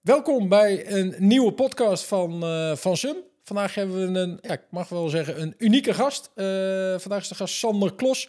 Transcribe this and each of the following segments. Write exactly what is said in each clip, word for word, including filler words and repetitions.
Welkom bij een nieuwe podcast van, uh, van Sum. Vandaag hebben we een, ja, ik mag wel zeggen, een unieke gast. Uh, vandaag is de gast Sander Klos,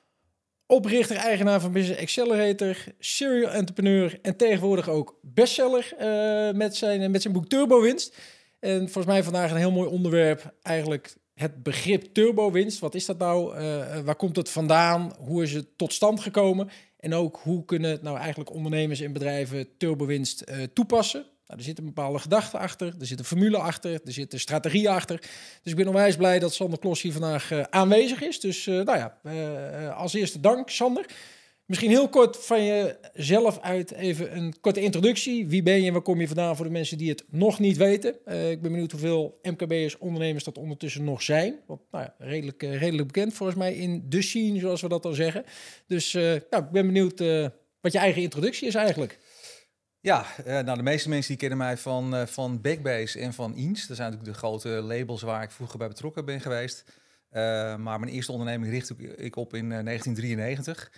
oprichter, eigenaar van Business Accelerator, serial entrepreneur en tegenwoordig ook bestseller uh, met, zijn, met zijn boek Turbowinst. En volgens mij vandaag een heel mooi onderwerp, eigenlijk het begrip turbowinst. Wat is dat nou? Uh, waar komt het vandaan? Hoe is het tot stand gekomen? En ook hoe kunnen nou eigenlijk ondernemers en bedrijven turbowinst uh, toepassen? Nou, er zit een bepaalde gedachte achter, er zit een formule achter, er zit een strategie achter. Dus ik ben onwijs blij dat Sander Klos hier vandaag uh, aanwezig is. Dus uh, nou ja, uh, als eerste dank Sander. Misschien heel kort van jezelf uit even een korte introductie. Wie ben je en waar kom je vandaan voor de mensen die het nog niet weten? Uh, ik ben benieuwd hoeveel M K B'ers, ondernemers dat ondertussen nog zijn. Want nou ja, redelijk, uh, redelijk bekend volgens mij in de scene, zoals we dat dan zeggen. Dus uh, nou, ik ben benieuwd uh, wat je eigen introductie is eigenlijk. Ja, uh, nou de meeste mensen die kennen mij van, uh, van Backbase en van Eens. Dat zijn natuurlijk de grote labels waar ik vroeger bij betrokken ben geweest. Uh, maar mijn eerste onderneming richtte ik op in uh, negentien drieënnegentig.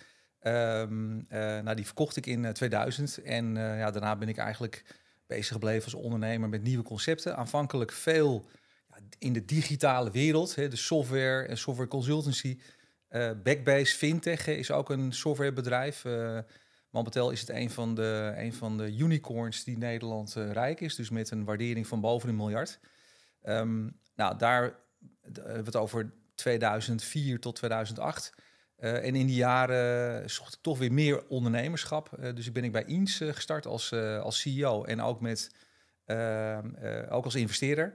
Um, uh, nou, die verkocht ik in uh, tweeduizend en uh, ja, daarna ben ik eigenlijk bezig gebleven als ondernemer met nieuwe concepten. Aanvankelijk veel ja, in de digitale wereld, hè, de software en software consultancy. Uh, Backbase Fintech is ook een softwarebedrijf. Uh, Momenteel is het een van de, een van de unicorns die Nederland uh, rijk is, dus met een waardering van boven een miljard. Um, nou, daar hebben we het over tweeduizend vier tot tweeduizend acht. Uh, en in die jaren zocht ik toch weer meer ondernemerschap. Uh, dus ben ik bij Eens uh, gestart als, uh, als C E O en ook, met, uh, uh, ook als investeerder.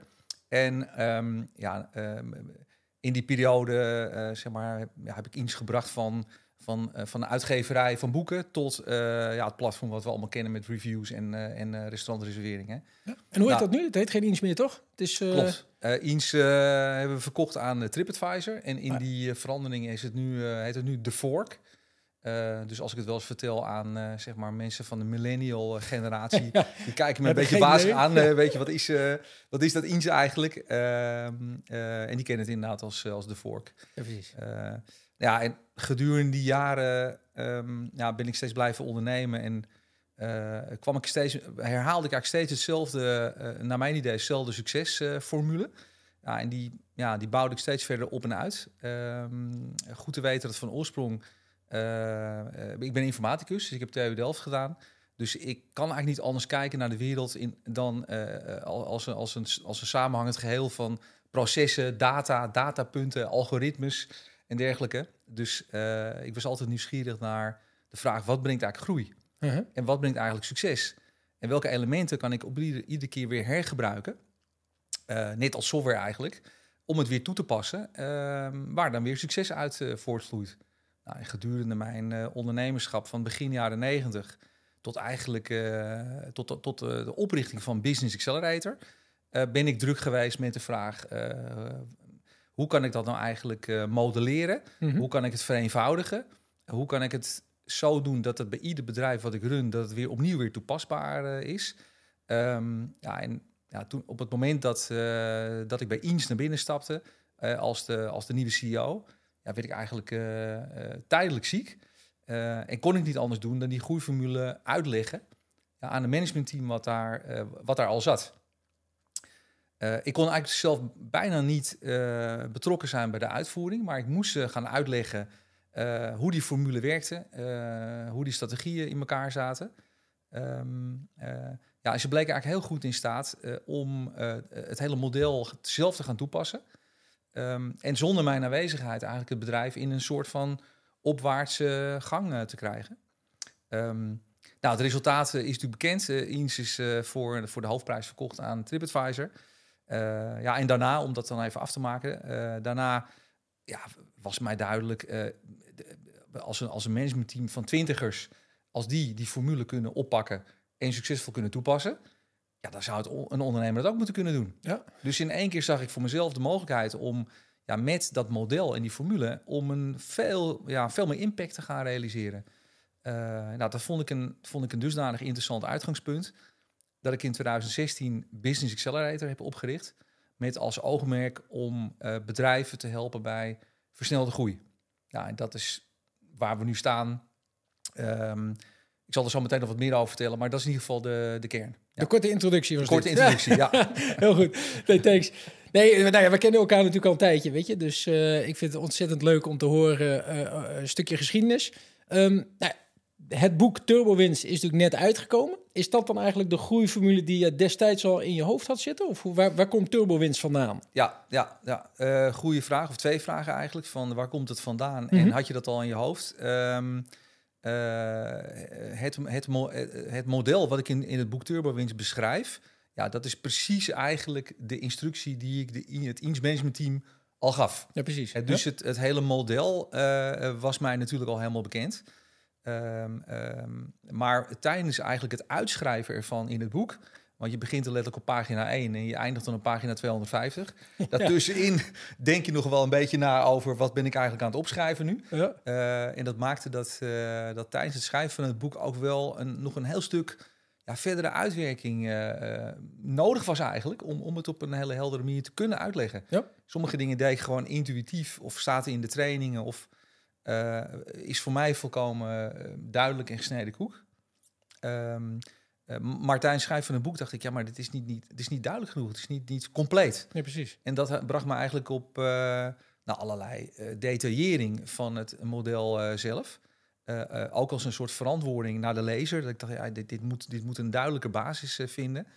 En um, ja, um, in die periode uh, zeg maar, ja, heb ik Eens gebracht van, van, uh, van de uitgeverij van boeken tot uh, ja, het platform wat we allemaal kennen met reviews en, uh, en uh, restaurantreserveringen. Ja. En hoe heet nou, dat nu? Het heet geen Eens meer, toch? Het is, uh... Klopt. Uh, Eens uh, hebben we verkocht aan uh, TripAdvisor. En in ah. die uh, verandering is het nu, uh, heet het nu The Fork. Uh, dus als ik het wel eens vertel aan uh, zeg maar mensen van de millennial generatie, ja. die kijken me een beetje bazig aan. Uh, weet je, wat is, uh, wat is dat Eens eigenlijk? Uh, uh, en die kennen het inderdaad als, uh, als The Fork. Ja, precies. Uh, ja, en gedurende die jaren um, ja, ben ik steeds blijven ondernemen en Uh, kwam ik steeds, herhaalde ik eigenlijk steeds hetzelfde, uh, naar mijn idee, hetzelfde succesformule. Uh, ja, en die, ja, die bouwde ik steeds verder op en uit. Um, goed te weten dat van oorsprong, uh, uh, ik ben informaticus, dus ik heb T U Delft gedaan. Dus ik kan eigenlijk niet anders kijken naar de wereld in, dan uh, als, een, als, een, als een samenhangend geheel van processen, data, datapunten, algoritmes en dergelijke. Dus uh, ik was altijd nieuwsgierig naar de vraag, wat brengt eigenlijk groei? Uh-huh. En wat brengt eigenlijk succes? En welke elementen kan ik op ieder, iedere keer weer hergebruiken? Uh, net als software eigenlijk. Om het weer toe te passen. Uh, waar dan weer succes uit uh, voortvloeit. Nou, gedurende mijn uh, ondernemerschap van begin jaren negentig... tot eigenlijk uh, tot, tot, tot uh, de oprichting van Business Accelerator... Uh, ben ik druk geweest met de vraag... Uh, hoe kan ik dat nou eigenlijk uh, modelleren? Uh-huh. Hoe kan ik het vereenvoudigen? Hoe kan ik het zo doen dat het bij ieder bedrijf wat ik run, dat het weer opnieuw weer toepasbaar uh, is. Um, ja, en ja, toen, op het moment dat, uh, dat ik bij Eens naar binnen stapte, uh, als, de, als de nieuwe C E O, ja, werd ik eigenlijk uh, uh, tijdelijk ziek. Uh, en kon ik niet anders doen dan die groeiformule uitleggen ja, aan het managementteam wat daar, uh, wat daar al zat. Uh, ik kon eigenlijk zelf bijna niet uh, betrokken zijn bij de uitvoering, maar ik moest uh, gaan uitleggen Uh, hoe die formule werkte, uh, hoe die strategieën in elkaar zaten. Um, uh, ja, en ze bleken eigenlijk heel goed in staat uh, om uh, het hele model zelf te gaan toepassen. Um, en zonder mijn aanwezigheid eigenlijk het bedrijf in een soort van opwaartse gang uh, te krijgen. Um, nou, het resultaat uh, is natuurlijk bekend. Uh, Eens is uh, voor, voor de hoofdprijs verkocht aan TripAdvisor. Uh, ja, en daarna, om dat dan even af te maken, uh, daarna ja, was mij duidelijk, uh, als een, als een managementteam van twintigers, als die die formule kunnen oppakken en succesvol kunnen toepassen, ja, dan zou het on- een ondernemer dat ook moeten kunnen doen. Ja. Dus in één keer zag ik voor mezelf de mogelijkheid om ja, met dat model en die formule om een veel, ja, veel meer impact te gaan realiseren. Uh, nou, dat vond ik, een, vond ik een dusdanig interessant uitgangspunt dat ik in twintig zestien Business Accelerator heb opgericht met als oogmerk om uh, bedrijven te helpen bij versnelde groei. Ja, en dat is waar we nu staan. Um, Ik zal er zo meteen nog wat meer over vertellen, maar dat is in ieder geval de, de kern. Ja. De korte introductie was de korte dit. introductie, ja. Heel goed. Nee, thanks. Nee, nou ja, we kennen elkaar natuurlijk al een tijdje, weet je. Dus uh, ik vind het ontzettend leuk om te horen uh, een stukje geschiedenis. Um, nou, het boek Turbowinst is natuurlijk net uitgekomen. Is dat dan eigenlijk de groeiformule die je destijds al in je hoofd had zitten? Of hoe, waar, waar komt Turbowinst vandaan? Ja, ja, ja. Uh, goede vraag, of twee vragen eigenlijk. Van waar komt het vandaan? Mm-hmm. En had je dat al in je hoofd? Um, uh, het, het, mo- het model wat ik in, in het boek Turbowinst beschrijf, ja, dat is precies eigenlijk de instructie die ik de, het Eames Management Team al gaf. Ja, precies. Uh, dus ja? het, het hele model uh, was mij natuurlijk al helemaal bekend. Um, um, maar tijdens eigenlijk het uitschrijven ervan in het boek, want je begint er letterlijk op pagina één en je eindigt dan op pagina tweehonderdvijftig. Daartussenin ja. denk je nog wel een beetje na over wat ben ik eigenlijk aan het opschrijven nu. Ja. Uh, en dat maakte dat, uh, dat tijdens het schrijven van het boek ook wel een, nog een heel stuk ja, verdere uitwerking uh, uh, nodig was eigenlijk om, om het op een hele heldere manier te kunnen uitleggen. Ja. Sommige dingen deed ik gewoon intuïtief of zaten in de trainingen of Uh, is voor mij volkomen uh, duidelijk en gesneden koek. Um, uh, Martijn schrijft van een boek, dacht ik, ja, maar dit is niet, niet, dit is niet duidelijk genoeg. Het is niet, niet compleet. Ja, precies. En dat bracht me eigenlijk op uh, nou, allerlei uh, detaillering van het model uh, zelf. Uh, uh, ook als een soort verantwoording naar de lezer. Dat ik dacht, ja, dit, dit, moet, dit moet een duidelijke basis uh, vinden.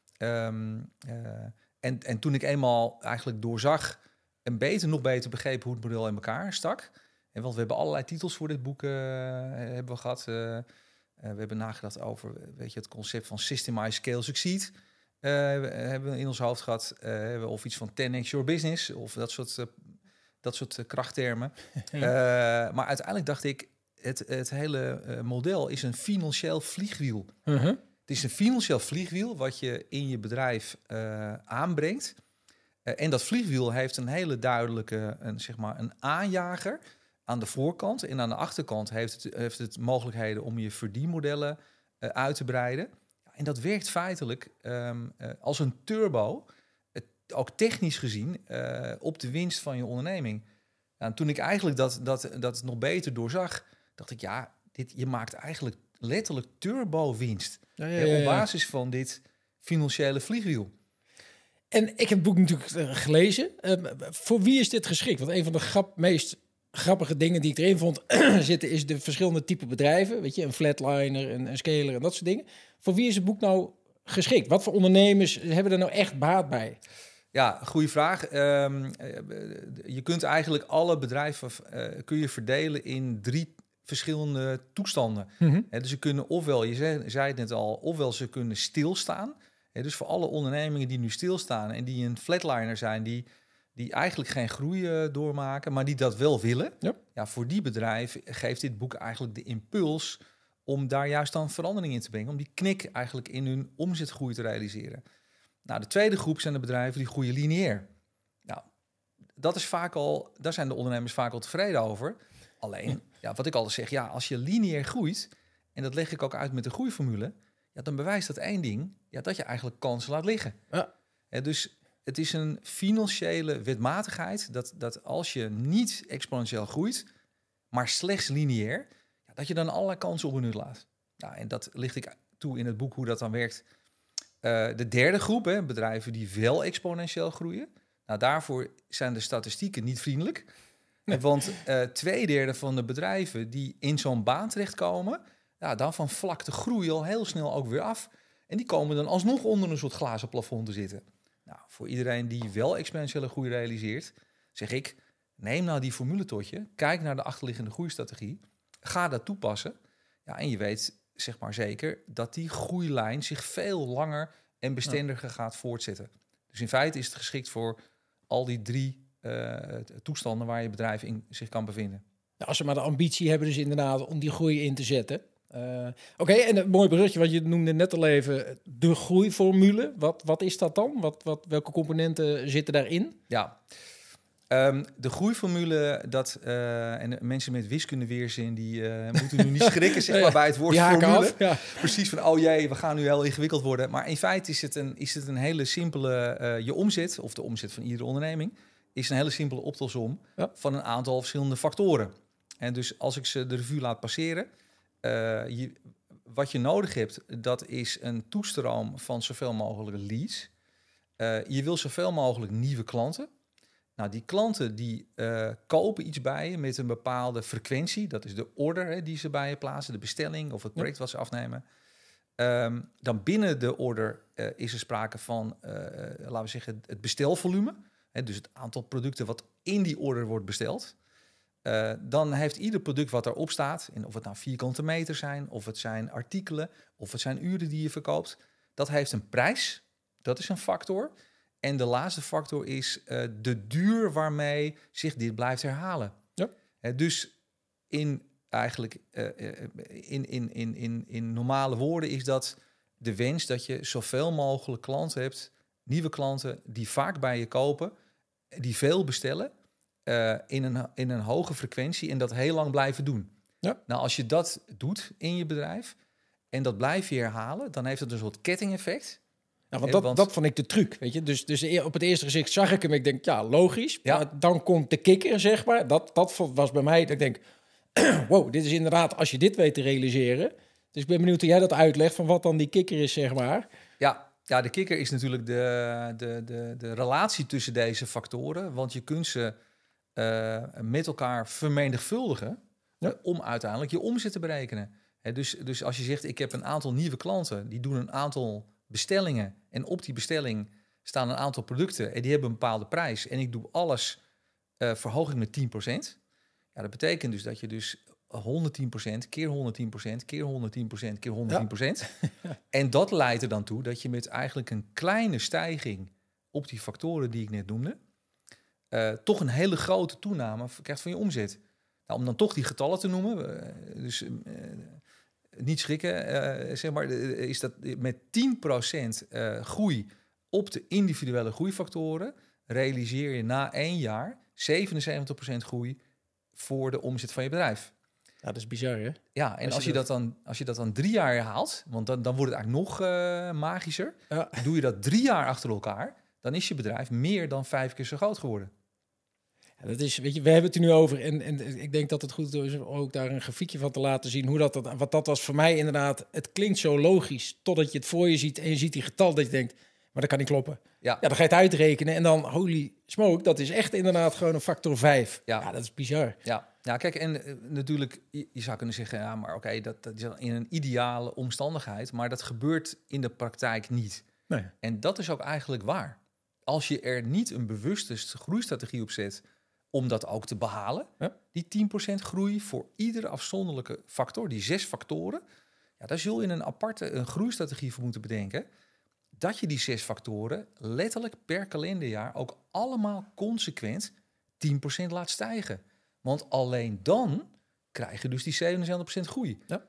Um, uh, en, en toen ik eenmaal eigenlijk doorzag en beter, nog beter begreep hoe het model in elkaar stak. En want we hebben allerlei titels voor dit boek uh, hebben we gehad. Uh, uh, we hebben nagedacht over, weet je, het concept van Systemize, Scale, Succeed. Uh, we hebben we in ons hoofd gehad. Uh, of iets van ten x Your Business. Of dat soort, uh, dat soort uh, krachttermen. Ja. Uh, maar uiteindelijk dacht ik, het, het hele uh, model is een financieel vliegwiel. Uh-huh. Het is een financieel vliegwiel wat je in je bedrijf uh, aanbrengt. Uh, en dat vliegwiel heeft een hele duidelijke, een, zeg maar, een aanjager aan de voorkant. En aan de achterkant heeft het, heeft het mogelijkheden om je verdienmodellen uh, uit te breiden. En dat werkt feitelijk um, uh, als een turbo, uh, ook technisch gezien, uh, op de winst van je onderneming. Ja, en toen ik eigenlijk dat, dat, dat nog beter doorzag, dacht ik, ja, dit, je maakt eigenlijk letterlijk turbo-winst. Ja, ja, ja, ja. Op basis van dit financiële vliegwiel. En ik heb het boek natuurlijk uh, gelezen. Uh, voor wie is dit geschikt? Want een van de grap, meest grappige dingen die ik erin vond zitten is de verschillende type bedrijven. Weet je, een flatliner, een, een scaler en dat soort dingen. Voor wie is het boek nou geschikt? Wat voor ondernemers hebben er nou echt baat bij? Ja, goede vraag. Um, je kunt eigenlijk alle bedrijven uh, kun je verdelen in drie verschillende toestanden. Mm-hmm. He, dus ze kunnen ofwel, je zei, zei het net al, ofwel ze kunnen stilstaan. He, dus voor alle ondernemingen die nu stilstaan en die een flatliner zijn, die die eigenlijk geen groei uh, doormaken, maar die dat wel willen. Ja. Ja, voor die bedrijven geeft dit boek eigenlijk de impuls om daar juist dan verandering in te brengen, om die knik eigenlijk in hun omzetgroei te realiseren. Nou, de tweede groep zijn de bedrijven die groeien lineair. Nou, dat is vaak al, daar zijn de ondernemers vaak al tevreden over. Alleen, ja, wat ik altijd zeg, ja, als je lineair groeit, en dat leg ik ook uit met de groeiformule, ja, dan bewijst dat één ding, ja, dat je eigenlijk kansen laat liggen. Ja. Ja, dus het is een financiële wetmatigheid dat, dat als je niet exponentieel groeit, maar slechts lineair, ja, dat je dan allerlei kansen op een nut laat. Nou, en dat licht ik toe in het boek hoe dat dan werkt. Uh, de derde groep, hè, bedrijven die wel exponentieel groeien. Nou, daarvoor zijn de statistieken niet vriendelijk. Nee. Want uh, twee derde van de bedrijven die in zo'n baan terechtkomen, ja, daarvan vlakt de groei al heel snel ook weer af. En die komen dan alsnog onder een soort glazen plafond te zitten. Nou, voor iedereen die wel exponentiële groei realiseert, zeg ik, neem nou die formule tot je, kijk naar de achterliggende groeistrategie, ga dat toepassen. Ja, en je weet, zeg maar zeker, dat die groeilijn zich veel langer en bestendiger ja. gaat voortzetten. Dus in feite is het geschikt voor al die drie uh, toestanden waar je bedrijf in zich kan bevinden. Nou, als ze maar de ambitie hebben dus inderdaad om die groei in te zetten. Uh, Oké, okay, en een mooi berichtje, want je noemde net al even de groeiformule. Wat, wat is dat dan? Wat, wat, welke componenten zitten daarin? Ja, um, de groeiformule, dat, uh, en de mensen met wiskundeweerzin, die uh, moeten nu niet schrikken zeg maar, bij het woord formule. Af, ja. Precies van, oh jee, we gaan nu heel ingewikkeld worden. Maar in feite is het een, is het een hele simpele, uh, je omzet, of de omzet van iedere onderneming, is een hele simpele optelsom ja. van een aantal verschillende factoren. En dus als ik ze de revue laat passeren, Uh, je, wat je nodig hebt, dat is een toestroom van zoveel mogelijk leads. Uh, je wil zoveel mogelijk nieuwe klanten. Nou, die klanten die uh, kopen iets bij je met een bepaalde frequentie. Dat is de order hè, die ze bij je plaatsen, de bestelling of het project ja. wat ze afnemen. Um, dan binnen de order uh, is er sprake van, uh, laten we zeggen, het bestelvolume. Hè, dus het aantal producten wat in die order wordt besteld. Uh, dan heeft ieder product wat erop staat, en of het nou vierkante meter zijn, of het zijn artikelen, of het zijn uren die je verkoopt, dat heeft een prijs. Dat is een factor. En de laatste factor is uh, de duur waarmee zich dit blijft herhalen. Ja. Uh, dus in eigenlijk uh, in, in, in, in, in normale woorden is dat de wens dat je zoveel mogelijk klanten hebt, nieuwe klanten die vaak bij je kopen, die veel bestellen. Uh, in, een, in een hoge frequentie en dat heel lang blijven doen. Ja. Nou, als je dat doet in je bedrijf en dat blijf je herhalen, dan heeft het een soort kettingeffect. Ja, want dat, want dat vond ik de truc, weet je. Dus, dus op het eerste gezicht zag ik hem, ik denk, ja, logisch. Ja. Maar dan komt de kikker, zeg maar. Dat, dat was bij mij, dat ik denk, wow, dit is inderdaad, als je dit weet te realiseren. Dus ik ben benieuwd hoe jij dat uitlegt, van wat dan die kikker is, zeg maar. Ja, ja de kikker is natuurlijk de, de, de, de relatie tussen deze factoren. Want je kunt ze Uh, met elkaar vermenigvuldigen ja. uh, om uiteindelijk je omzet te berekenen. He, dus, dus als je zegt, ik heb een aantal nieuwe klanten, die doen een aantal bestellingen en op die bestelling staan een aantal producten en die hebben een bepaalde prijs en ik doe alles uh, verhoging met tien procent. Ja, dat betekent dus dat je dus honderdtien procent keer honderdtien procent keer honderdtien procent keer honderdtien procent. Ja. En dat leidt er dan toe dat je met eigenlijk een kleine stijging op die factoren die ik net noemde, Uh, toch een hele grote toename krijgt van je omzet. Nou, om dan toch die getallen te noemen, uh, dus uh, niet schrikken, uh, zeg maar, uh, is dat met tien procent uh, groei op de individuele groeifactoren realiseer je na één jaar zevenenzeventig procent groei voor de omzet van je bedrijf. Ja, dat is bizar, hè? Ja, en als je dat dan, als je dat dan drie jaar herhaalt, want dan, dan wordt het eigenlijk nog uh, magischer. Ja. Doe je dat drie jaar achter elkaar, dan is je bedrijf meer dan vijf keer zo groot geworden. Ja, dat is, weet je, we hebben het er nu over en, en ik denk dat het goed is om ook daar een grafiekje van te laten zien. Hoe dat, dat, wat dat was voor mij inderdaad, het klinkt zo logisch totdat je het voor je ziet en je ziet die getal dat je denkt, maar dat kan niet kloppen. Ja, ja dan ga je het uitrekenen en dan, holy smoke, dat is echt inderdaad gewoon een factor vijf. Ja, ja dat is bizar. Ja, ja kijk, en uh, natuurlijk, je, je zou kunnen zeggen, ja, maar oké, okay, dat, dat is in een ideale omstandigheid, maar dat gebeurt in de praktijk niet. Nee. En dat is ook eigenlijk waar. Als je er niet een bewuste groeistrategie op zet om dat ook te behalen, ja. die tien procent groei voor iedere afzonderlijke factor, die zes factoren, ja, daar zul je een aparte een groeistrategie voor moeten bedenken, dat je die zes factoren letterlijk per kalenderjaar ook allemaal consequent tien procent laat stijgen. Want alleen dan krijg je dus die zevenenzeventig procent groei. Ja.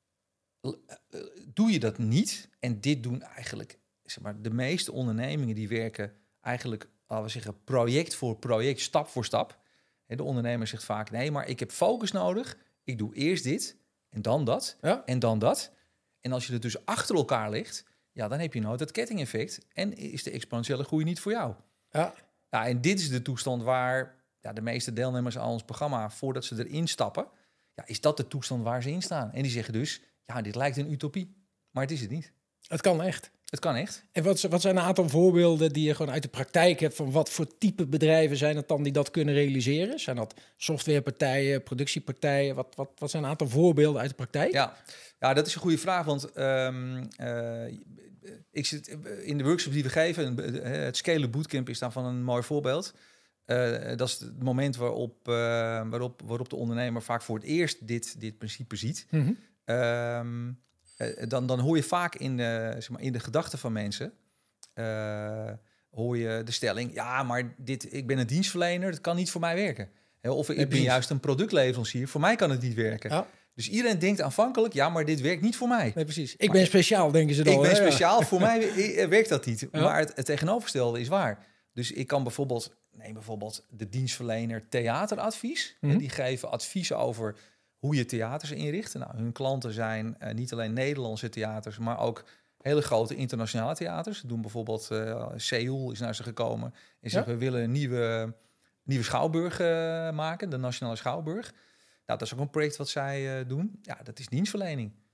Doe je dat niet, en dit doen eigenlijk, zeg maar, de meeste ondernemingen die werken eigenlijk, laten we zeggen, project voor project, stap voor stap. De ondernemer zegt vaak, nee, maar ik heb focus nodig. Ik doe eerst dit en dan dat ja. en dan dat. En als je het dus achter elkaar ligt, ja, dan heb je nooit het kettingeffect en is de exponentiële groei niet voor jou. Ja. Ja, en dit is de toestand waar ja, de meeste deelnemers aan ons programma, voordat ze erin stappen, ja, is dat de toestand waar ze in staan. En die zeggen dus, ja, dit lijkt een utopie, maar het is het niet. Het kan echt. Het kan echt. En wat, wat zijn een aantal voorbeelden die je gewoon uit de praktijk hebt van wat voor type bedrijven zijn het dan die dat kunnen realiseren? Zijn dat softwarepartijen, productiepartijen? Wat, wat, wat zijn een aantal voorbeelden uit de praktijk? Ja, ja dat is een goede vraag, want um, uh, ik zit in de workshops die we geven, het Scalen Bootcamp is daarvan een mooi voorbeeld. Uh, dat is het moment waarop, uh, waarop, waarop de ondernemer vaak voor het eerst dit, dit principe ziet. Mm-hmm. Um, Uh, dan, dan hoor je vaak in de, zeg maar, in de gedachten van mensen, uh, hoor je de stelling, ja, maar dit, ik ben een dienstverlener, dat kan niet voor mij werken. He, of ik nee, ben juist een productleverancier, voor mij kan het niet werken. Ja. Dus iedereen denkt aanvankelijk, ja, maar dit werkt niet voor mij. Nee, precies. Ik maar, ben speciaal, denken ze dan. Ik ben speciaal, ja. Voor mij werkt dat niet. Ja. Maar het, het tegenovergestelde is waar. Dus ik kan bijvoorbeeld, neem bijvoorbeeld de dienstverlener theateradvies. Mm-hmm. Die geven advies over hoe je theaters inricht. Nou, hun klanten zijn uh, niet alleen Nederlandse theaters, maar ook hele grote internationale theaters. Ze doen bijvoorbeeld uh, Seoul is naar ze gekomen en zeggen, ja? we willen een nieuwe, nieuwe schouwburg uh, maken, de Nationale Schouwburg. Nou, dat is ook een project wat zij uh, doen. Ja, dat is dienstverlening.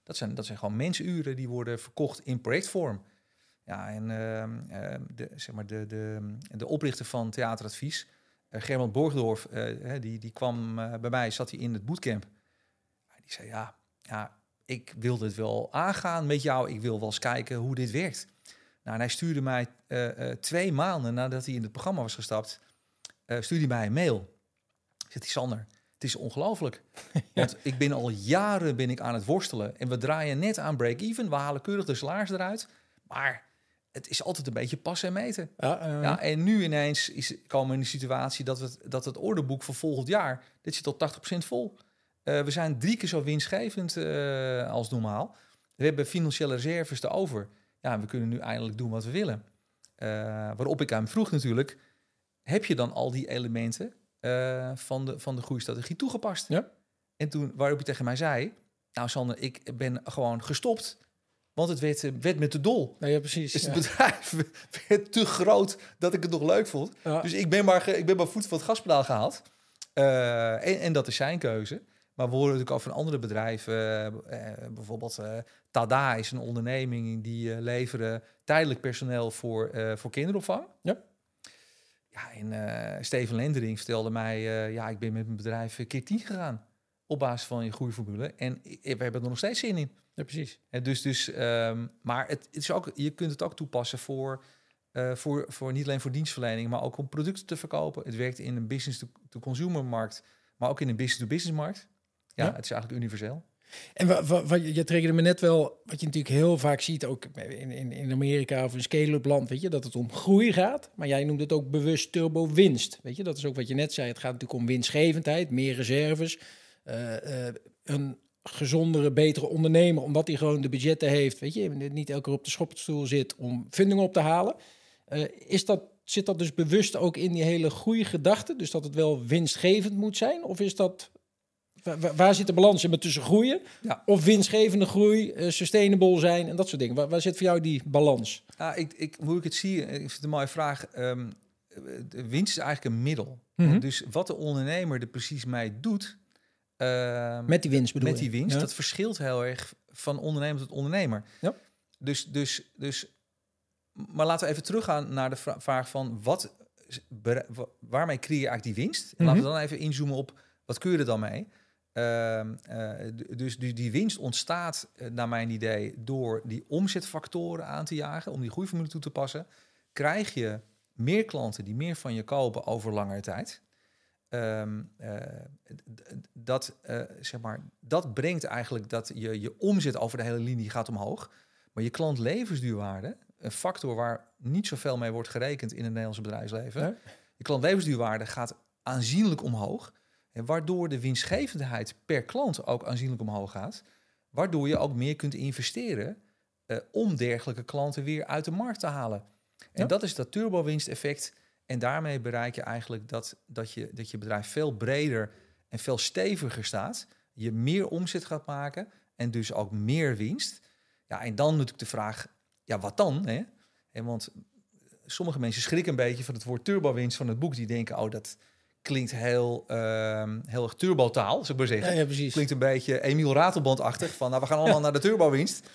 Dat zijn, dat zijn gewoon mensuren die worden verkocht in projectvorm. Ja, en uh, uh, de, zeg maar de, de, de oprichter van Theateradvies, uh, Germán Borgdorf, uh, die, die kwam uh, bij mij, zat hij in het bootcamp. Die zei, ja, ja, ik wil dit wel aangaan met jou. Ik wil wel eens kijken hoe dit werkt. Nou, en hij stuurde mij uh, uh, twee maanden nadat hij in het programma was gestapt, uh, stuurde hij mij een mail. Zegt hij, Sander, het is ongelooflijk. Ja. Want ik ben al jaren ben ik aan het worstelen. En we draaien net aan break-even. We halen keurig de salaris eruit. Maar het is altijd een beetje passen en meten. Ja, uh... ja, en nu ineens is, komen we in de situatie dat, we, dat het orderboek voor volgend jaar, dit zit tot tachtig procent vol. Uh, we zijn drie keer zo winstgevend uh, als normaal. We hebben financiële reserves erover. Ja, we kunnen nu eindelijk doen wat we willen. Uh, waarop ik aan hem vroeg natuurlijk, heb je dan al die elementen uh, van, de, van de groeistrategie toegepast? Ja. En toen, waarop hij tegen mij zei, nou Sander, ik ben gewoon gestopt, want het werd, werd met de dol. Ja, ja, precies. Dus ja. het bedrijf werd te groot dat ik het nog leuk vond. Ja. Dus ik ben maar, ge, ik ben maar voet van het gaspedaal gehaald. Uh, en, en dat is zijn keuze. Maar we horen natuurlijk over een andere bedrijf. Uh, uh, bijvoorbeeld uh, Tada is een onderneming die uh, leveren tijdelijk personeel voor, uh, voor kinderopvang. Ja. Ja, en uh, Steven Lendering vertelde mij, uh, ja, ik ben met mijn bedrijf keer tien gegaan. Op basis van je groeiformule. En we hebben er nog steeds zin in. Ja, precies. En dus, dus, um, maar het, het is ook, je kunt het ook toepassen voor, uh, voor, voor niet alleen voor dienstverlening, maar ook om producten te verkopen. Het werkt in een business-to-consumer markt, maar ook in een business-to-business markt. Ja, ja, het is eigenlijk universeel. En wat, wat, wat, je triggerde me net wel, wat je natuurlijk heel vaak ziet, ook in, in, in Amerika of een scale-up land, weet je, dat het om groei gaat. Maar jij noemt het ook bewust turbo-winst. Weet je, dat is ook wat je net zei. Het gaat natuurlijk om winstgevendheid, meer reserves, uh, uh, een gezondere, betere ondernemer, omdat hij gewoon de budgetten heeft, weet je, niet elke keer op de schopstoel zit om funding op te halen. Uh, is dat, zit dat dus bewust ook in die hele groeigedachte? Dus dat het wel winstgevend moet zijn? Of is dat... Waar, waar zit de balans in tussen groeien? Ja. Of winstgevende groei, uh, sustainable zijn en dat soort dingen? Waar, waar zit voor jou die balans? Ja, ik, ik, hoe ik het zie, ik vind het een mooie vraag. Um, de winst is eigenlijk een middel. Mm-hmm. Dus wat de ondernemer er precies mee doet... Uh, met die winst bedoel Met die winst, ja. dat verschilt heel erg van ondernemer tot ondernemer. Ja. Dus, dus, dus, maar laten we even teruggaan naar de vraag van... wat, waarmee creëer je eigenlijk die winst? En mm-hmm. Laten we dan even inzoomen op, wat kun je er dan mee? Uh, uh, dus die, die winst ontstaat, uh, naar mijn idee, door die omzetfactoren aan te jagen, om die groeiformule toe te passen. Krijg je meer klanten die meer van je kopen over langere tijd. Um, uh, d- dat, uh, zeg maar, dat brengt eigenlijk dat je, je omzet over de hele linie gaat omhoog. Maar je klantlevensduurwaarde, een factor waar niet zoveel mee wordt gerekend in het Nederlandse bedrijfsleven. Ja. Je klantlevensduurwaarde gaat aanzienlijk omhoog. En waardoor de winstgevendheid per klant ook aanzienlijk omhoog gaat. Waardoor je ook meer kunt investeren uh, om dergelijke klanten weer uit de markt te halen. En ja. dat is dat turbo-winsteffect. En daarmee bereik je eigenlijk dat, dat, je, dat je bedrijf veel breder en veel steviger staat. Je meer omzet gaat maken en dus ook meer winst. Ja, en dan natuurlijk de vraag, ja, wat dan? Hè? En want sommige mensen schrikken een beetje van het woord turbo-winst van het boek. Die denken, oh, dat klinkt heel, uh, heel erg turbotaal, zou ik maar zeggen. Ja, ja, precies. Klinkt een beetje Emiel Ratelband-achtig. Van, nou, we gaan allemaal naar de turbo-winst.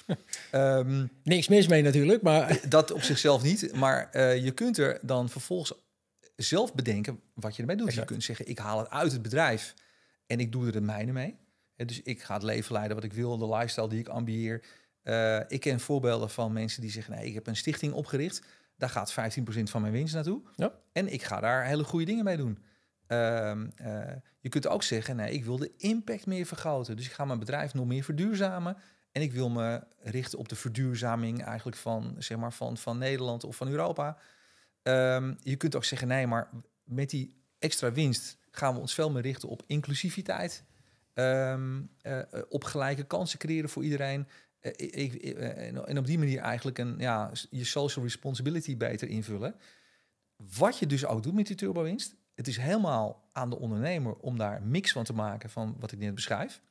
Um, Niks mis mee natuurlijk, maar... Dat op zichzelf niet. Maar uh, je kunt er dan vervolgens zelf bedenken wat je ermee doet. Exact. Je kunt zeggen, ik haal het uit het bedrijf en ik doe er de mijne mee. Ja, dus ik ga het leven leiden wat ik wil, de lifestyle die ik ambieer. Uh, ik ken voorbeelden van mensen die zeggen, nee, ik heb een stichting opgericht. Daar gaat vijftien procent van mijn winst naartoe. Ja. En ik ga daar hele goede dingen mee doen. Uh, uh, je kunt ook zeggen, nee, ik wil de impact meer vergroten. Dus ik ga mijn bedrijf nog meer verduurzamen. En ik wil me richten op de verduurzaming eigenlijk van, zeg maar, van, van Nederland of van Europa. Um, je kunt ook zeggen, nee, maar met die extra winst gaan we ons veel meer richten op inclusiviteit. Um, uh, op gelijke kansen creëren voor iedereen. Uh, ik, uh, en op die manier eigenlijk een, ja, je social responsibility beter invullen. Wat je dus ook doet met die turbo-winst, het is helemaal aan de ondernemer om daar een mix van te maken van wat ik net beschrijf.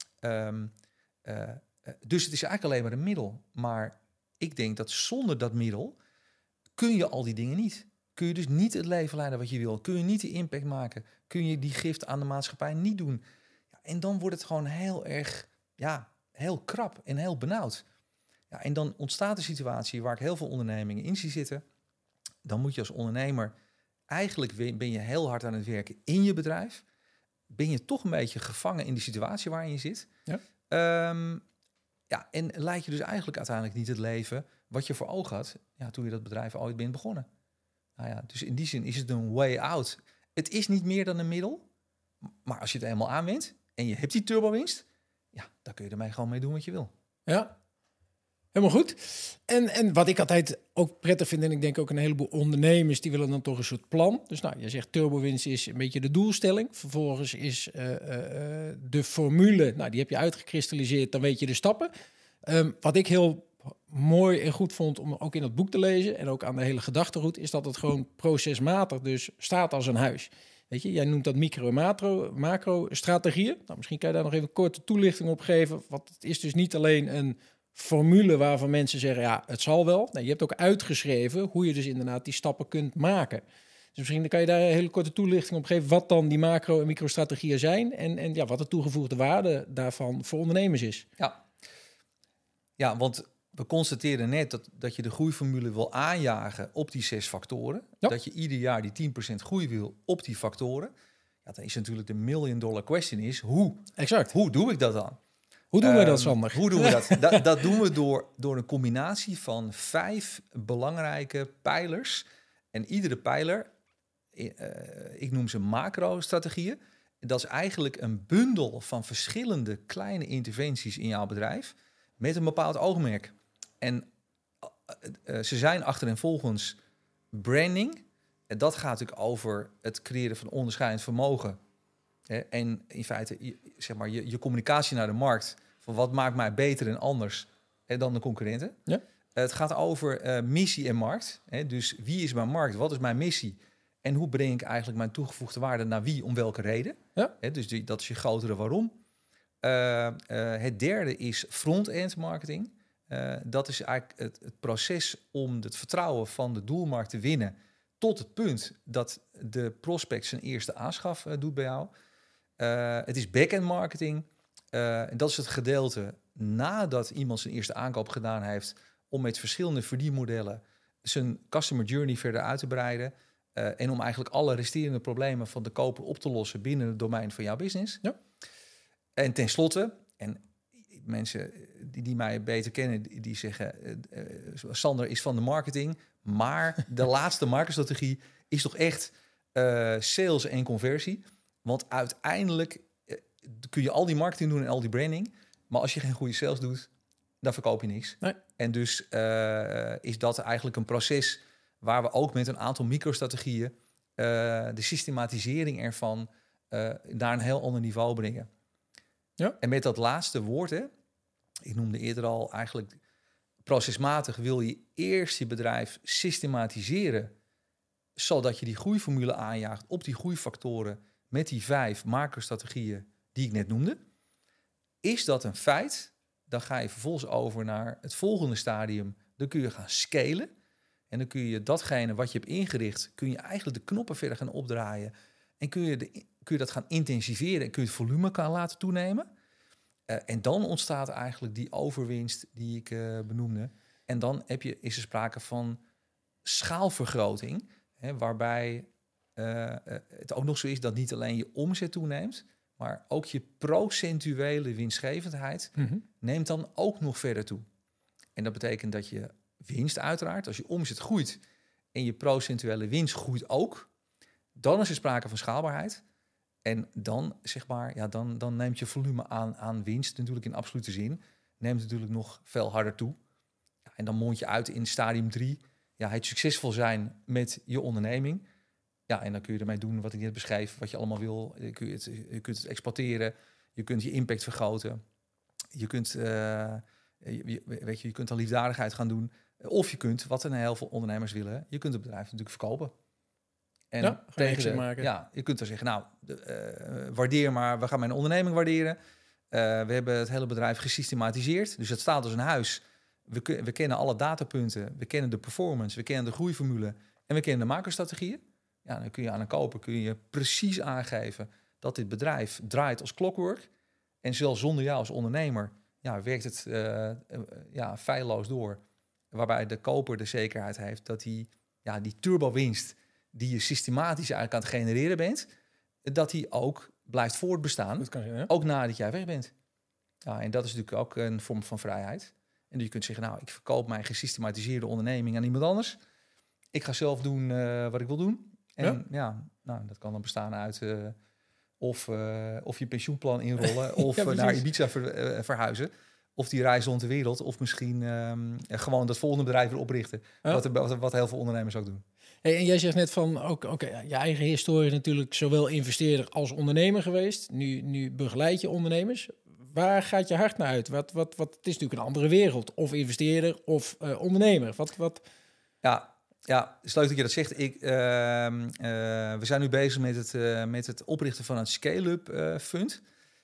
Um, uh, dus het is eigenlijk alleen maar een middel. Maar ik denk dat zonder dat middel kun je al die dingen niet. Kun je dus niet het leven leiden wat je wil. Kun je niet die impact maken. Kun je die gift aan de maatschappij niet doen. Ja, en dan wordt het gewoon heel erg, ja, heel krap en heel benauwd. Ja, en dan ontstaat een situatie waar ik heel veel ondernemingen in zie zitten. Dan moet je als ondernemer, eigenlijk ben je heel hard aan het werken in je bedrijf. Ben je toch een beetje gevangen in die situatie waarin je zit. Ja. Um, ja, en leid je dus eigenlijk uiteindelijk niet het leven wat je voor ogen had, ja, toen je dat bedrijf ooit bent begonnen. Nou ja, dus in die zin is het een way out. Het is niet meer dan een middel, maar als je het eenmaal aanwendt en je hebt die turbowinst, ja, dan kun je ermee gewoon mee doen wat je wil. Ja, helemaal goed. En, en wat ik altijd ook prettig vind, en ik denk ook een heleboel ondernemers, die willen dan toch een soort plan. Dus nou, je zegt turbowinst is een beetje de doelstelling. Vervolgens is uh, uh, de formule, nou, die heb je uitgekristalliseerd, dan weet je de stappen. Um, wat ik heel mooi en goed vond om ook in het boek te lezen en ook aan de hele gedachtegoed, is dat het gewoon procesmatig dus staat als een huis. Weet je, jij noemt dat micro- en macro, macro-strategieën. Nou, misschien kan je daar nog even een korte toelichting op geven. Want het is dus niet alleen een formule waarvan mensen zeggen, ja, het zal wel. Nee, je hebt ook uitgeschreven hoe je dus inderdaad die stappen kunt maken. Dus misschien kan je daar een hele korte toelichting op geven wat dan die macro- en micro-strategieën zijn en, en ja, wat de toegevoegde waarde daarvan voor ondernemers is. Ja, ja, want we constateren net dat, dat je de groeiformule wil aanjagen op die zes factoren. Ja. Dat je ieder jaar die tien procent groei wil op die factoren. Ja, dan is natuurlijk de million dollar question is, hoe? Exact. Hoe doe ik dat dan? Hoe doen um, we dat, Sander? Hoe doen we dat? da, dat doen we door, door een combinatie van vijf belangrijke pijlers. En iedere pijler, uh, ik noem ze macro-strategieën. Dat is eigenlijk een bundel van verschillende kleine interventies in jouw bedrijf met een bepaald oogmerk. En uh, ze zijn achtereenvolgens branding. En dat gaat natuurlijk over het creëren van onderscheidend vermogen. Hè? En in feite, je, zeg maar, je, je communicatie naar de markt. Van wat maakt mij beter en anders hè, dan de concurrenten. Ja. Uh, het gaat over uh, missie en markt. Hè? Dus wie is mijn markt? Wat is mijn missie? En hoe breng ik eigenlijk mijn toegevoegde waarde naar wie? Om welke reden? Ja. Hè? Dus die, dat is je grotere waarom. Uh, uh, het derde is front-end marketing. Uh, dat is eigenlijk het, het proces om het vertrouwen van de doelmarkt te winnen tot het punt dat de prospect zijn eerste aanschaf uh, doet bij jou. Uh, het is back-end marketing. Uh, en dat is het gedeelte nadat iemand zijn eerste aankoop gedaan heeft om met verschillende verdienmodellen zijn customer journey verder uit te breiden. Uh, en om eigenlijk alle resterende problemen van de koper op te lossen binnen het domein van jouw business. Ja. En tenslotte, en mensen die, die mij beter kennen, die, die zeggen, uh, uh, Sander is van de marketing, maar de laatste marketingstrategie is toch echt uh, sales en conversie. Want uiteindelijk uh, kun je al die marketing doen en al die branding, maar als je geen goede sales doet, dan verkoop je niks. Nee. En dus uh, is dat eigenlijk een proces waar we ook met een aantal microstrategieën uh, de systematisering ervan uh, naar een heel ander niveau brengen. Ja. En met dat laatste woord, hè, ik noemde eerder al eigenlijk procesmatig wil je eerst je bedrijf systematiseren, zodat je die groeiformule aanjaagt op die groeifactoren met die vijf macrostrategieën die ik net noemde. Is dat een feit, dan ga je vervolgens over naar het volgende stadium. Dan kun je gaan scalen en dan kun je datgene wat je hebt ingericht, kun je eigenlijk de knoppen verder gaan opdraaien en kun je, de, kun je dat gaan intensiveren en kun je het volume gaan laten toenemen. Uh, en dan ontstaat eigenlijk die overwinst die ik uh, benoemde. En dan heb je, is er sprake van schaalvergroting, hè, waarbij uh, het ook nog zo is dat niet alleen je omzet toeneemt, maar ook je procentuele winstgevendheid mm-hmm. neemt dan ook nog verder toe. En dat betekent dat je winst uiteraard, als je omzet groeit en je procentuele winst groeit ook, dan is er sprake van schaalbaarheid. En dan, zeg maar, ja, dan, dan neemt je volume aan, aan winst natuurlijk in absolute zin, neemt natuurlijk nog veel harder toe. Ja, en dan mond je uit in stadium drie, ja, het succesvol zijn met je onderneming. Ja, en dan kun je ermee doen wat ik net beschreef, wat je allemaal wil. Je kunt het, je kunt het exporteren, je kunt je impact vergroten. Je kunt, uh, je, weet je, je kunt dan liefdadigheid gaan doen. Of je kunt, wat een heel veel ondernemers willen, je kunt het bedrijf natuurlijk verkopen. En ja, tegen de, maken. Ja, je kunt dan zeggen, nou, de, uh, waardeer maar, we gaan mijn onderneming waarderen. Uh, we hebben het hele bedrijf gesystematiseerd. Dus het staat als een huis. We, we kennen alle datapunten, we kennen de performance, we kennen de groeiformule en we kennen de macrostrategieën. Ja, dan kun je aan een koper kun je precies aangeven dat dit bedrijf draait als clockwork. En zelfs zonder jou als ondernemer ja, werkt het uh, uh, ja, feilloos door. Waarbij de koper de zekerheid heeft dat die, ja, die turbo-winst die je systematisch eigenlijk aan het genereren bent, dat die ook blijft voortbestaan, Dat kan je, ja. ook nadat jij weg bent. Ja, en dat is natuurlijk ook een vorm van vrijheid. En je kunt zeggen, nou, ik verkoop mijn gesystematiseerde onderneming aan iemand anders. Ik ga zelf doen uh, wat ik wil doen. En ja, ja nou, dat kan dan bestaan uit uh, of, uh, of je pensioenplan inrollen, of ja, naar Ibiza ver, uh, verhuizen, of die reis rond de wereld, of misschien um, gewoon dat volgende bedrijf weer oprichten. Ja. Wat, wat, wat heel veel ondernemers ook doen. Hey, en jij zegt net van, ook, okay, je eigen historie is natuurlijk zowel investeerder als ondernemer geweest. Nu, nu begeleid je ondernemers. Waar gaat je hart naar uit? Wat, wat, wat, het is natuurlijk een andere wereld. Of investeerder of uh, ondernemer. Wat, wat... Ja, ja, het is leuk dat je dat zegt. Ik, uh, uh, we zijn nu bezig met het, uh, met het oprichten van een scale-up uh, fund.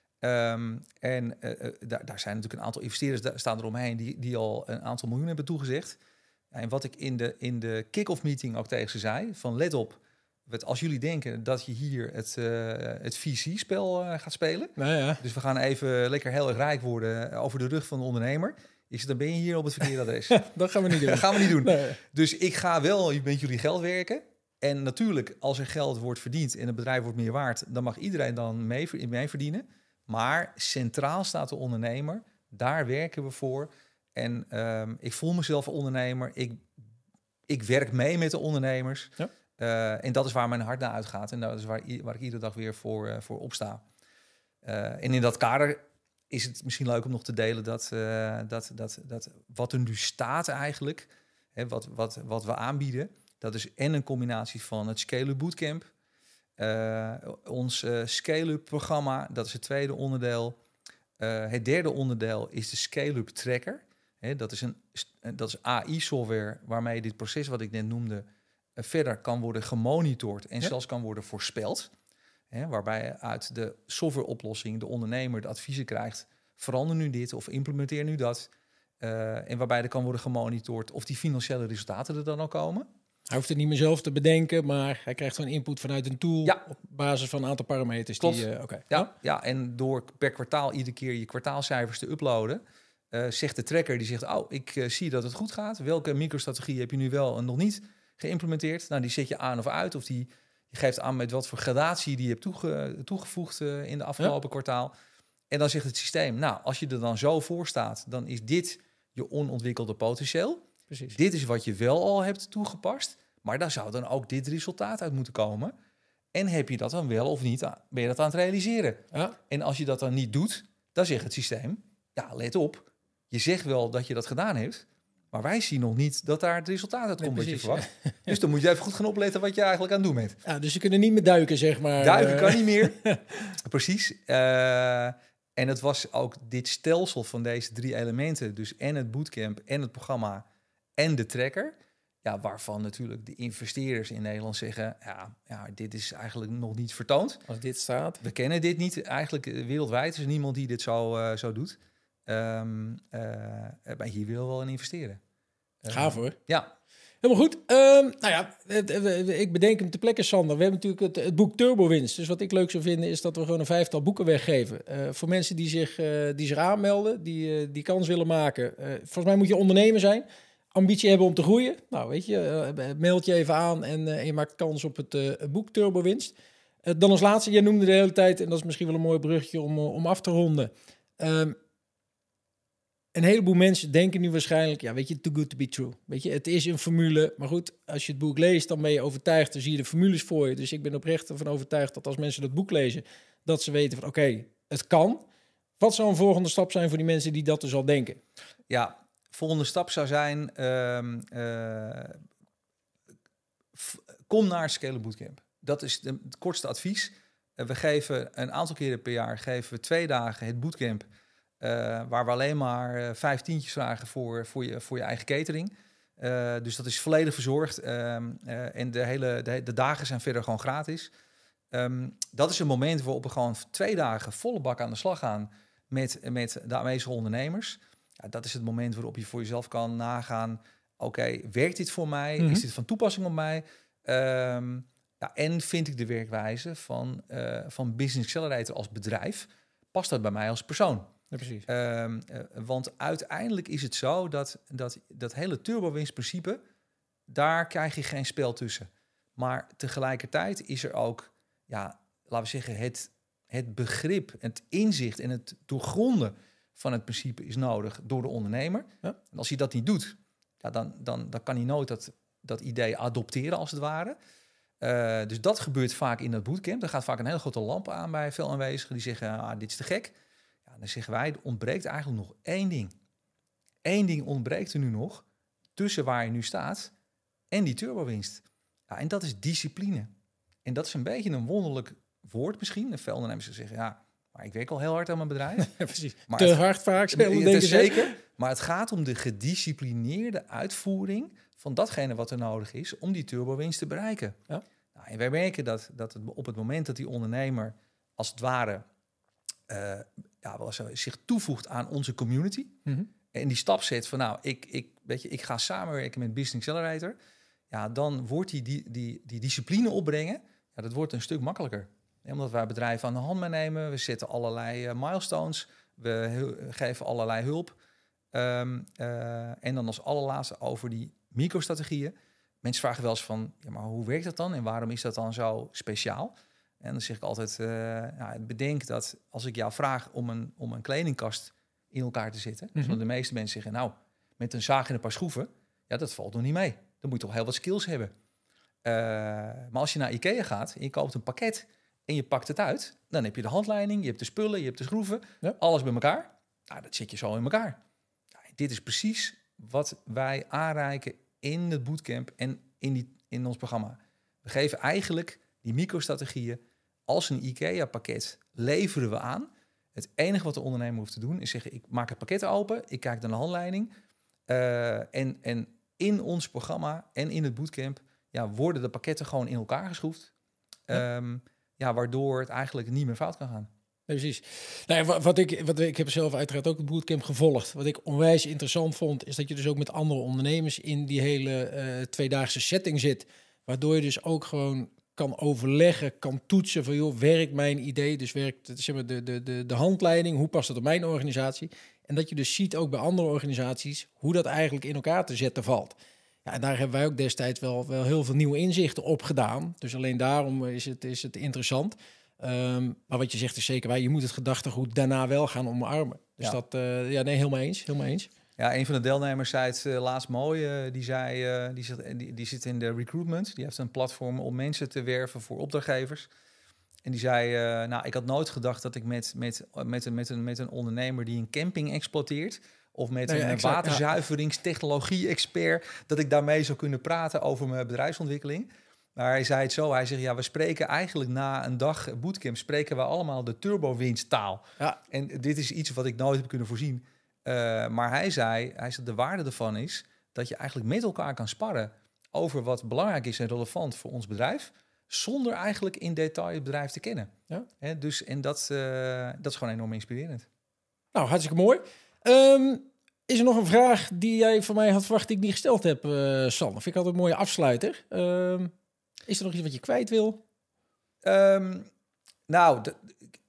Um, en uh, uh, daar, daar zijn natuurlijk een aantal investeerders daar staan eromheen die, die al een aantal miljoen hebben toegezegd. En wat ik in de, in de kick-off meeting ook tegen ze zei, van let op, als jullie denken dat je hier het, uh, het V C-spel uh, gaat spelen, nou ja. Dus we gaan even lekker heel erg rijk worden over de rug van de ondernemer, is dan ben je hier op het verkeerde adres. Dat gaan we niet doen. Dat gaan we niet doen. Nee. Dus ik ga wel met jullie geld werken. En natuurlijk, als er geld wordt verdiend en het bedrijf wordt meer waard, dan mag iedereen dan mee, mee verdienen. Maar centraal staat de ondernemer. Daar werken we voor. En um, ik voel mezelf ondernemer. Ik, ik werk mee met de ondernemers. Ja. Uh, en dat is waar mijn hart naar uitgaat. En dat is waar, waar ik iedere dag weer voor, uh, voor opsta. Uh, en in dat kader is het misschien leuk om nog te delen dat, uh, dat, dat, dat wat er nu staat eigenlijk, hè, wat, wat, wat we aanbieden, dat is en een combinatie van het Scale-up Bootcamp, uh, ons uh, Scale-up programma, dat is het tweede onderdeel. Uh, het derde onderdeel is de Scale-up Tracker. Hè, dat is een dat is A I-software waarmee dit proces wat ik net noemde uh, verder kan worden gemonitord en ja. zelfs kan worden voorspeld. Hè, waarbij uit de softwareoplossing de ondernemer de adviezen krijgt, verander nu dit of implementeer nu dat. Uh, en waarbij er kan worden gemonitord of die financiële resultaten er dan al komen. Hij hoeft het niet meer zelf te bedenken, maar hij krijgt gewoon input vanuit een tool ja. op basis van een aantal parameters. Klopt. Die, uh, okay. ja, ja. ja, en door per kwartaal iedere keer je kwartaalcijfers te uploaden, uh, zegt de tracker, die zegt, oh, ik uh, zie dat het goed gaat. Welke microstrategie heb je nu wel en nog niet geïmplementeerd? Nou, die zet je aan of uit, of die je geeft aan met wat voor gradatie die je hebt toege, toegevoegd uh, in de afgelopen ja. kwartaal. En dan zegt het systeem, nou, als je er dan zo voor staat, dan is dit je onontwikkelde potentieel. Precies. Dit is wat je wel al hebt toegepast, maar daar zou dan ook dit resultaat uit moeten komen. En heb je dat dan wel of niet, ben je dat aan het realiseren? Ja. En als je dat dan niet doet, dan zegt het systeem, ja, let op, je zegt wel dat je dat gedaan hebt, maar wij zien nog niet dat daar het resultaat uit komt nee, wat je verwacht. Dus dan moet je even goed gaan opletten wat je eigenlijk aan het doen bent. Ja, dus je kunt er niet meer duiken, zeg maar. Duiken kan niet meer. Precies. Uh, en het was ook dit stelsel van deze drie elementen, dus en het bootcamp en het programma en de tracker, ja, waarvan natuurlijk de investeerders in Nederland zeggen, ja, ja, dit is eigenlijk nog niet vertoond. Als dit staat. We kennen dit niet. Eigenlijk wereldwijd is er niemand die dit zo, uh, zo doet. Um, uh, maar hier wil wel in investeren. Uh, Gaaf hoor. Ja. Helemaal goed. Um, nou ja, ik bedenk hem ter plekke, Sander. We hebben natuurlijk het, het boek Turbo Winst. Dus wat ik leuk zou vinden is dat we gewoon een vijftal boeken weggeven. Uh, voor mensen die zich, uh, die zich aanmelden, die uh, die kans willen maken. Uh, volgens mij moet je ondernemer zijn. Ambitie hebben om te groeien. Nou, weet je, uh, meld je even aan en, uh, en je maakt kans op het uh, boek Turbo Winst. Uh, dan als laatste, jij noemde de hele tijd, en dat is misschien wel een mooi bruggetje om, uh, om af te ronden. Um, Een heleboel mensen denken nu waarschijnlijk, ja, weet je, too good to be true. Weet je, het is een formule. Maar goed, als je het boek leest, dan ben je overtuigd. Dan zie je de formules voor je. Dus ik ben oprecht ervan overtuigd dat als mensen dat boek lezen, dat ze weten van, oké, okay, het kan. Wat zou een volgende stap zijn voor die mensen die dat dus al denken? Ja, volgende stap zou zijn, uh, uh, f- kom naar Scale-up Bootcamp. Dat is de, het kortste advies. Uh, we geven een aantal keren per jaar, geven we twee dagen het bootcamp, Uh, waar we alleen maar uh, vijf tientjes vragen voor, voor, je, voor je eigen catering. Uh, dus dat is volledig verzorgd. Um, uh, en de, hele, de, de dagen zijn verder gewoon gratis. Um, dat is een moment waarop we gewoon twee dagen volle bak aan de slag gaan met, met de aanwezige ondernemers. Ja, dat is het moment waarop je voor jezelf kan nagaan, oké, okay, werkt dit voor mij? Mm-hmm. Is dit van toepassing op mij? Um, ja, en vind ik de werkwijze van, uh, van Business Accelerator als bedrijf, past dat bij mij als persoon? Ja, precies. Um, uh, want uiteindelijk is het zo dat dat, dat hele turbowinstprincipe, daar krijg je geen spel tussen. Maar tegelijkertijd is er ook, ja, laten we zeggen, het, het begrip, het inzicht en het doorgronden van het principe is nodig door de ondernemer. Ja. En als hij dat niet doet, ja, dan, dan, dan kan hij nooit dat, dat idee adopteren als het ware. Uh, dus dat gebeurt vaak in dat bootcamp. Er gaat vaak een hele grote lamp aan bij veel aanwezigen die zeggen, ah, dit is te gek. Ja, dan zeggen wij, er ontbreekt eigenlijk nog één ding. Eén ding ontbreekt er nu nog tussen waar je nu staat en die turbowinst. Ja, en dat is discipline. En dat is een beetje een wonderlijk woord misschien. En veel ondernemers zeggen, ja, maar ik werk al heel hard aan mijn bedrijf. Ja, precies. Maar te het, hard vaak. Het is zeker. Maar het gaat om de gedisciplineerde uitvoering van datgene wat er nodig is om die turbowinst te bereiken. Ja. Nou, en wij merken dat, dat het op het moment dat die ondernemer als het ware uh, ja, wel zo, zich toevoegt aan onze community, mm-hmm. en die stap zet van nou, ik, ik, weet je, ik ga samenwerken met Business Accelerator, ja, dan wordt die, die, die, die discipline opbrengen, ja, dat wordt een stuk makkelijker. Ja, omdat wij bedrijven aan de hand meenemen, we zetten allerlei uh, milestones, we hu- geven allerlei hulp. Um, uh, en dan als allerlaatste over die microstrategieën. Mensen vragen wel eens van, ja, maar hoe werkt dat dan? En waarom is dat dan zo speciaal? En dan zeg ik altijd, uh, ja, bedenk dat als ik jou vraag om een, om een kledingkast in elkaar te zetten, mm-hmm. zodat de meeste mensen zeggen, nou, met een zaag en een paar schroeven, ja, dat valt nog niet mee. Dan moet je toch heel wat skills hebben. Uh, maar als je naar IKEA gaat en je koopt een pakket en je pakt het uit, dan heb je de handleiding, je hebt de spullen, je hebt de schroeven, ja. alles bij elkaar. Nou, dat zet je zo in elkaar. Nou, dit is precies wat wij aanreiken in het bootcamp en in, die, in ons programma. We geven eigenlijk die microstrategieën als een IKEA-pakket leveren we aan. Het enige wat de ondernemer hoeft te doen is zeggen, ik maak het pakket open, ik kijk naar de handleiding. Uh, en, en in ons programma en in het bootcamp ja, worden de pakketten gewoon in elkaar geschroefd. Ja. Um, ja, waardoor het eigenlijk niet meer fout kan gaan. Nee, precies. Nou ja, wat ik, wat ik heb zelf uiteraard ook het bootcamp gevolgd. Wat ik onwijs interessant vond, is dat je dus ook met andere ondernemers in die hele uh, tweedaagse setting zit. Waardoor je dus ook gewoon kan overleggen, kan toetsen van, joh, werkt mijn idee? Dus werkt zeg maar, de, de, de, de handleiding, hoe past dat op mijn organisatie? En dat je dus ziet ook bij andere organisaties hoe dat eigenlijk in elkaar te zetten valt. Ja, en daar hebben wij ook destijds wel, wel heel veel nieuwe inzichten op gedaan. Dus alleen daarom is het, is het interessant. Um, maar wat je zegt is zeker waar. Je moet het gedachtegoed daarna wel gaan omarmen. Dus ja. dat, uh, ja, nee, helemaal eens, helemaal eens. Ja, een van de deelnemers zei het uh, laatst mooi. Uh, die zei, uh, die, zit, die, die zit in de recruitment. Die heeft een platform om mensen te werven voor opdrachtgevers. En die zei, uh, nou, ik had nooit gedacht dat ik met, met, met, een, met, een, met een ondernemer die een camping exploiteert, of met nee, een exact, waterzuiveringstechnologie-expert, dat ik daarmee zou kunnen praten over mijn bedrijfsontwikkeling. Maar hij zei het zo, hij zegt, ja, we spreken eigenlijk na een dag bootcamp, spreken we allemaal de turbowindsttaal. Ja. En dit is iets wat ik nooit heb kunnen voorzien. Uh, maar hij zei, hij zei, de waarde ervan is dat je eigenlijk met elkaar kan sparren over wat belangrijk is en relevant voor ons bedrijf, zonder eigenlijk in detail het bedrijf te kennen. Ja. He, dus, en dat, uh, dat is gewoon enorm inspirerend. Nou, hartstikke mooi. Um, is er nog een vraag die jij van mij had verwacht die ik niet gesteld heb, uh, Sander? Vind ik altijd een mooie afsluiter. Um, is er nog iets wat je kwijt wil? Um, nou, de,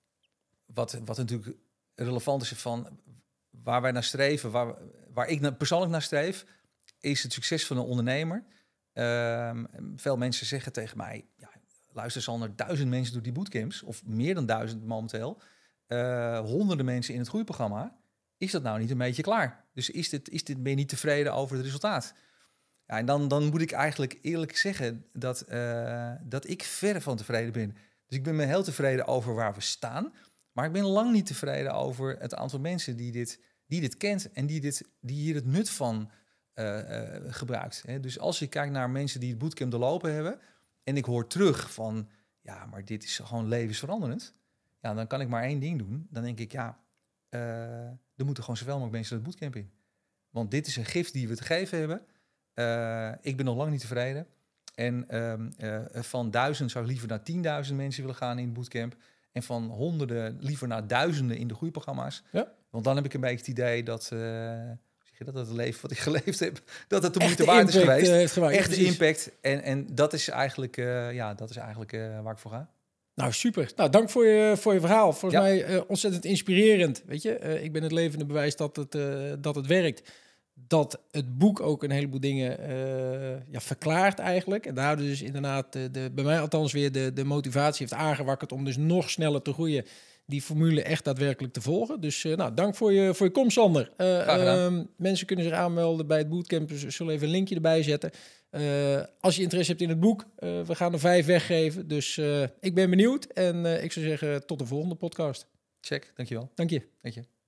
wat, wat natuurlijk relevant is van waar wij naar streven, waar, waar ik naar, persoonlijk naar streef, is het succes van een ondernemer. Um, veel mensen zeggen tegen mij, ja, luister Sander, duizend mensen door die bootcamps, of meer dan duizend momenteel, uh, honderden mensen in het groeiprogramma. Is dat nou niet een beetje klaar? Dus is dit, is dit, ben je niet tevreden over het resultaat? Ja, en dan, dan moet ik eigenlijk eerlijk zeggen dat, uh, dat ik verre van tevreden ben. Dus ik ben me heel tevreden over waar we staan. Maar ik ben lang niet tevreden over het aantal mensen die dit, die dit kent en die, dit, die hier het nut van uh, uh, gebruikt. Hè? Dus als je kijkt naar mensen die het bootcamp doorlopen hebben en ik hoor terug van, ja, maar dit is gewoon levensveranderend. Ja, dan kan ik maar één ding doen. Dan denk ik, ja, uh, er moeten gewoon zoveel mogelijk mensen het bootcamp in. Want dit is een gift die we te geven hebben. Uh, ik ben nog lang niet tevreden. En um, uh, van duizend zou ik liever naar tienduizend mensen willen gaan in het bootcamp. En van honderden liever naar duizenden in de groeiprogramma's. Ja. Want dan heb ik een beetje het idee dat, uh, zeg je dat, dat het leven wat ik geleefd heb, dat het de moeite waard is geweest. Uh, Echte impact. En, en dat is eigenlijk, uh, ja, dat is eigenlijk uh, waar ik voor ga. Nou, super. Nou, dank voor je, voor je verhaal. Volgens Ja. mij uh, ontzettend inspirerend. Weet je, uh, ik ben het levende bewijs dat het, uh, dat het werkt. Dat het boek ook een heleboel dingen uh, ja, verklaart eigenlijk. En daar dus inderdaad, de, de, bij mij althans weer de, de motivatie heeft aangewakkerd om dus nog sneller te groeien. Die formule echt daadwerkelijk te volgen. Dus uh, nou, dank voor je, voor je komst, Sander. Uh, uh, mensen kunnen zich aanmelden bij het bootcamp. Dus we zullen even een linkje erbij zetten. Uh, als je interesse hebt in het boek, uh, we gaan er vijf weggeven. Dus uh, ik ben benieuwd. En uh, ik zou zeggen, tot de volgende podcast. Check, dankjewel. Dank je. Dank je.